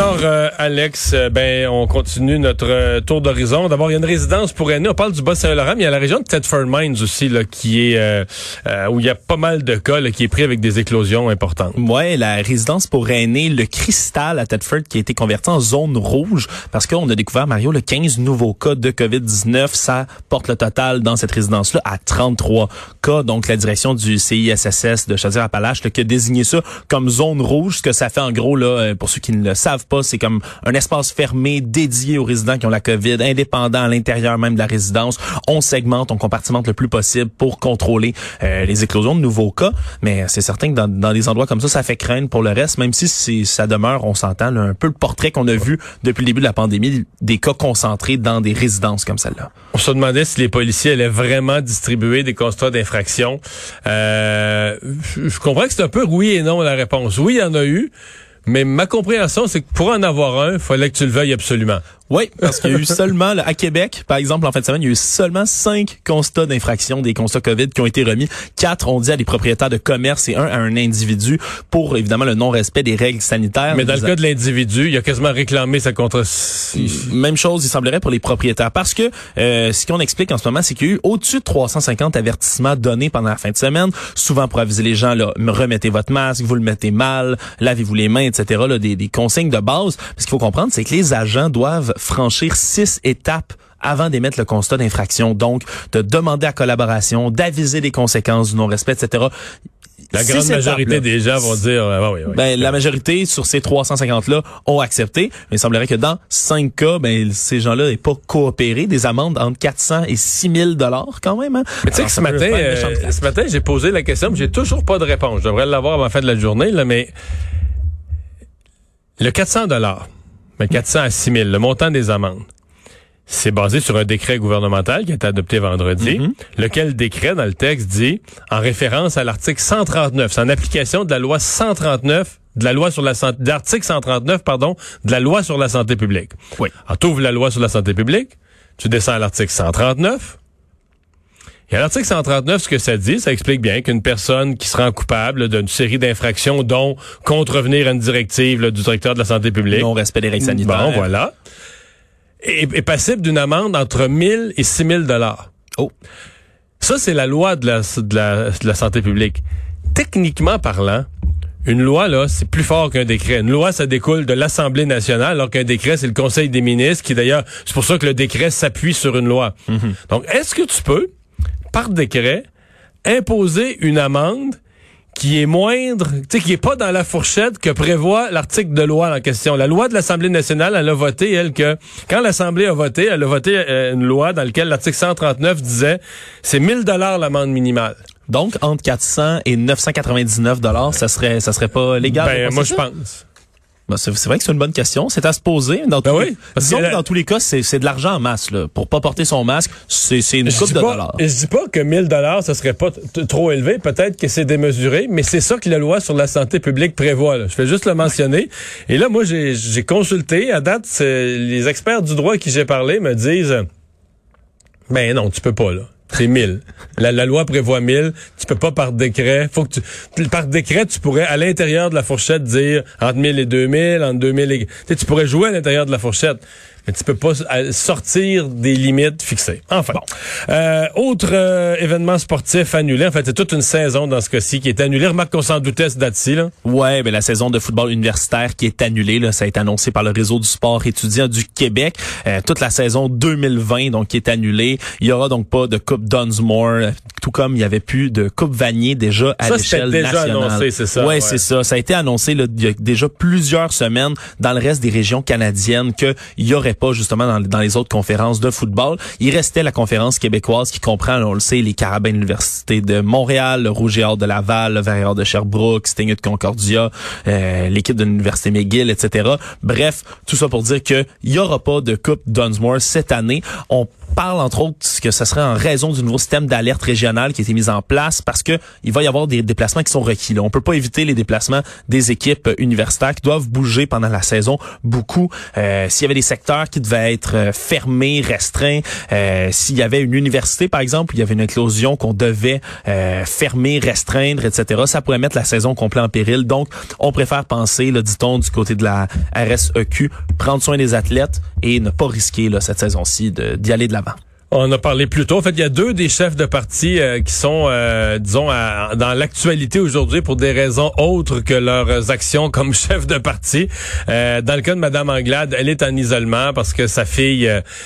Alors, Alex, on continue notre tour d'horizon. D'abord, il y a une résidence pour aînés. On parle du Bas-Saint-Laurent, mais il y a la région de Thetford Mines aussi, là, qui est où il y a pas mal de cas là, qui est pris avec des éclosions importantes. Ouais, la résidence pour aînés, le Cristal à Thetford, qui a été converti en zone rouge parce qu'on a découvert, Mario, le 15 nouveaux cas de COVID-19. Ça porte le total dans cette résidence-là à 33 cas. Donc, la direction du CISSS de Chaudière-Appalaches qui a désigné ça comme zone rouge. Ce que ça fait en gros, là, pour ceux qui ne le savent pas, c'est comme un espace fermé dédié aux résidents qui ont la COVID, indépendant à l'intérieur même de la résidence. On segmente, on compartimente le plus possible pour contrôler les éclosions de nouveaux cas. Mais c'est certain que dans des endroits comme ça fait craindre pour le reste, même si ça demeure, on s'entend, là, un peu le portrait qu'on a vu depuis le début de la pandémie, des cas concentrés dans des résidences comme celle-là. On se demandait si les policiers allaient vraiment distribuer des constats d'infraction. Je comprends que c'est un peu oui et non la réponse. Oui, il y en a eu. Mais ma compréhension, c'est que pour en avoir un, il fallait que tu le veuilles absolument. Oui, parce qu'il y a eu seulement, là, à Québec, par exemple, en fin de semaine, il y a eu seulement 5 constats d'infraction, des constats COVID qui ont été remis. 4, on dit, à des propriétaires de commerce et 1 à un individu pour, évidemment, le non-respect des règles sanitaires. Mais dans le cas de l'individu, il a quasiment réclamé sa contre... Même chose, il semblerait pour les propriétaires. Parce que ce qu'on explique en ce moment, c'est qu'il y a eu au-dessus de 350 avertissements donnés pendant la fin de semaine, souvent pour aviser les gens, là, remettez votre masque, vous le mettez mal, lavez-vous les mains, etc., là, des consignes de base. Ce qu'il faut comprendre, c'est que les agents doivent franchir 6 étapes avant d'émettre le constat d'infraction. Donc, de demander à collaboration, d'aviser des conséquences du non-respect, etc. La grande majorité des gens vont dire... oui. La majorité, sur ces 350-là, ont accepté. Mais il semblerait que dans 5 cas, ces gens-là n'aient pas coopéré. Des amendes entre 400 et 6 000 $ quand même. Hein? Mais tu sais que ce matin, j'ai posé la question, mais j'ai toujours pas de réponse. Je devrais l'avoir avant la fin de la journée, là, mais le 400 $, mais 400 à 6 000, le montant des amendes, c'est basé sur un décret gouvernemental qui a été adopté vendredi, lequel décret, dans le texte, dit, en référence à l'article 139, c'est en application de la loi 139, de l'article 139, de la loi sur la santé publique. Oui. Alors, tu ouvres la loi sur la santé publique, tu descends à l'article 139, et à l'article 139, ce que ça dit, ça explique bien qu'une personne qui se rend coupable d'une série d'infractions, dont contrevenir à une directive du directeur de la santé publique, non-respect des règles sanitaires. Bon, voilà. Est passible d'une amende entre 1 000 et 6 000 $. Oh. Ça, c'est la loi de la santé publique. Techniquement parlant, une loi, là, c'est plus fort qu'un décret. Une loi, ça découle de l'Assemblée nationale, alors qu'un décret, c'est le Conseil des ministres, qui d'ailleurs, c'est pour ça que le décret s'appuie sur une loi. Donc, est-ce que tu peux, par décret, imposer une amende qui est moindre, tu sais, qui est pas dans la fourchette que prévoit l'article de loi en question. La loi de l'Assemblée nationale, elle a voté, quand l'Assemblée a voté, elle a voté une loi dans laquelle l'article 139 disait, c'est 1 000 $ l'amende minimale. Donc, entre 400 et 999 $, ça serait pas légal? Moi, je pense. C'est vrai que c'est une bonne question. C'est à se poser. Dans tous les cas, c'est de l'argent en masse, là. Pour pas porter son masque, c'est une coupe de dollars. Je dis pas que 1 000 $, ça serait pas trop élevé. Peut-être que c'est démesuré, mais c'est ça que la loi sur la santé publique prévoit, là. Je vais juste le mentionner. Et là, moi, j'ai consulté. À date, les experts du droit à qui j'ai parlé me disent, non, tu peux pas, là. C'est 1000. La loi prévoit 1000. Tu peux pas par décret. Par décret, tu pourrais, à l'intérieur de la fourchette, dire entre 1000 et 2000, entre 2000 et, tu pourrais jouer à l'intérieur de la fourchette. Mais tu peux pas sortir des limites fixées. Enfin. Bon. Autre événement sportif annulé. En fait, c'est toute une saison dans ce cas-ci qui est annulée. Remarque qu'on s'en doutait ce date-ci, là. Ouais, la saison de football universitaire qui est annulée, là, ça a été annoncé par le réseau du sport étudiant du Québec. Toute la saison 2020, donc, qui est annulée. Il y aura donc pas de Coupe Dunsmore, tout comme il y avait plus de Coupe Vanier déjà à l'échelle nationale. Ça, c'était déjà annoncé, c'est ça. Ouais, c'est ça. Ça a été annoncé, là, il y a déjà plusieurs semaines dans le reste des régions canadiennes qu'il y aurait pas justement dans les autres conférences de football. Il restait la conférence québécoise qui comprend, on le sait, les Carabins de l'Université de Montréal, le Rouge et Or de Laval, le Vert et Or de Sherbrooke, Stingers de Concordia, l'équipe de l'Université McGill, etc. Bref, tout ça pour dire que il y aura pas de Coupe Dunsmore cette année. parle entre autres que ce serait en raison du nouveau système d'alerte régionale qui a été mis en place parce que il va y avoir des déplacements qui sont requis. Là. On peut pas éviter les déplacements des équipes universitaires qui doivent bouger pendant la saison beaucoup. S'il y avait des secteurs qui devaient être fermés, restreints, s'il y avait une université par exemple, où il y avait une éclosion qu'on devait fermer, restreindre, etc., ça pourrait mettre la saison complète en péril. Donc, on préfère penser, là, dit-on, du côté de la RSEQ, prendre soin des athlètes et ne pas risquer là, cette saison-ci d'y aller de l'avant. On a parlé plus tôt. En fait, il y a deux des chefs de parti qui sont, disons, dans l'actualité aujourd'hui pour des raisons autres que leurs actions comme chef de parti. Dans le cas de Mme Anglade, elle est en isolement parce que sa fille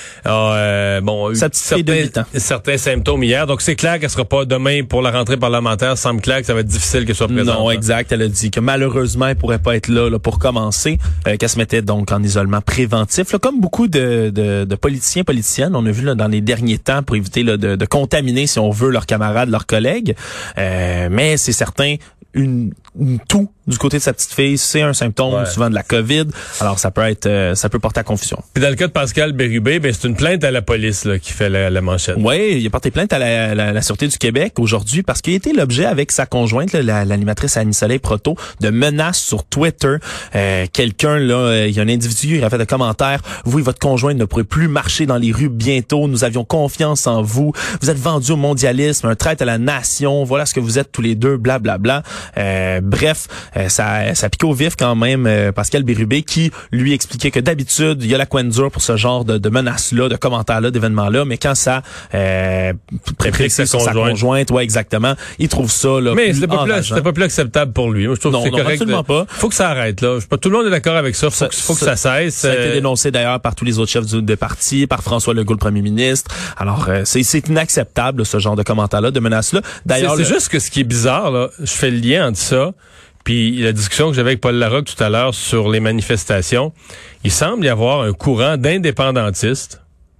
a eu certains symptômes hier. Donc, c'est clair qu'elle sera pas demain pour la rentrée parlementaire. Semble clair que ça va être difficile qu'elle soit présente. Non, exact. Elle a dit que malheureusement, elle pourrait pas être là pour commencer, qu'elle se mettait donc en isolement préventif. Là, comme beaucoup de politiciens, politiciennes, on a vu là, dans les derniers temps pour éviter là, de contaminer, si on veut, leurs camarades, leurs collègues. Mais c'est certain, une toux du côté de sa petite fille, c'est un symptôme souvent de la COVID. Alors ça peut porter à confusion. Puis dans le cas de Pascal Bérubé, c'est une plainte à la police là, qui fait la manchette. Oui, il a porté plainte à la Sûreté du Québec aujourd'hui parce qu'il était l'objet avec sa conjointe, là, l'animatrice Annie-Soleil Proto, de menaces sur Twitter. Quelqu'un, là, il y a un individu qui a fait des commentaires. Vous et votre conjointe ne pourrez plus marcher dans les rues bientôt. Nous avions confiance en vous. Vous êtes vendus au mondialisme, un traître à la nation. Voilà ce que vous êtes tous les deux, blablabla. Bref, ça pique au vif quand même Pascal Bérubé qui lui expliquait que d'habitude il y a la coin dure pour ce genre de menaces-là, de commentaires-là, d'événements-là, mais quand ça précise sur sa conjointe, ouais exactement, il trouve ça là. Mais c'était pas plus acceptable pour lui. Moi, je trouve que c'est correct. Absolument pas. Faut que ça arrête là. Tout le monde est d'accord avec ça. Faut que ça cesse. Ça a été dénoncé d'ailleurs par tous les autres chefs de parti, par François Legault, le premier ministre. Alors c'est inacceptable ce genre de commentaires-là, de menaces-là. D'ailleurs, c'est juste que ce qui est bizarre là, je fais le lien entre ça. Puis la discussion que j'avais avec Paul Larocque tout à l'heure sur les manifestations, il semble y avoir un courant d'indépendantistes,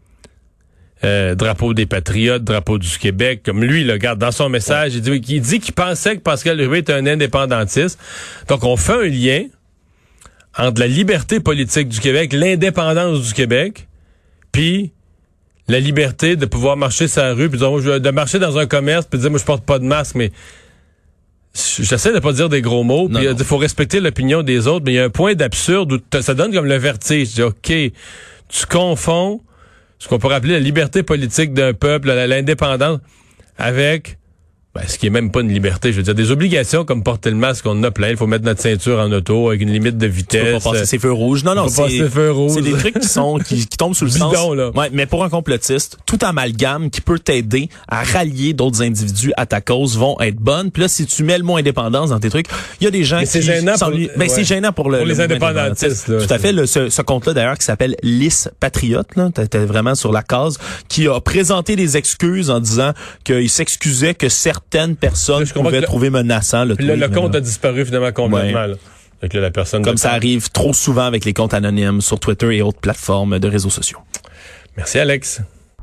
drapeau des patriotes, drapeau du Québec, comme lui, là, regarde, dans son message, il dit qu'il pensait que Pascal Bérubé était un indépendantiste. Donc on fait un lien entre la liberté politique du Québec, l'indépendance du Québec, puis la liberté de pouvoir marcher sur la rue, puis de marcher dans un commerce, puis de dire moi je porte pas de masque, mais j'essaie de pas dire des gros mots, puis il faut respecter l'opinion des autres, mais il y a un point d'absurde où ça donne comme le vertige. Je dis, OK, tu confonds ce qu'on pourrait appeler la liberté politique d'un peuple, l'indépendance, avec ce qui est même pas une liberté. Je veux dire, des obligations comme porter le masque, on en a plein. Il faut mettre notre ceinture en auto avec une limite de vitesse. Faut pas passer ses feux rouges. Non, c'est des trucs qui tombent sous le bidon, sens. Là. Ouais, mais pour un complotiste, tout amalgame qui peut t'aider à rallier d'autres individus à ta cause vont être bonnes. Puis là, si tu mets le mot indépendance dans tes trucs, il y a des gens qui c'est gênant c'est gênant pour les indépendantistes. Là, tout à fait. Ce compte-là, d'ailleurs, qui s'appelle Lys Patriote, là, t'étais vraiment sur la case, qui a présenté des excuses en disant qu'il s'excusait que certaines personnes pouvaient trouver menaçant le tweet. Le compte a disparu finalement complètement. Ouais. Avec la personne comme ça arrive trop souvent avec les comptes anonymes sur Twitter et autres plateformes de réseaux sociaux. Merci Alex.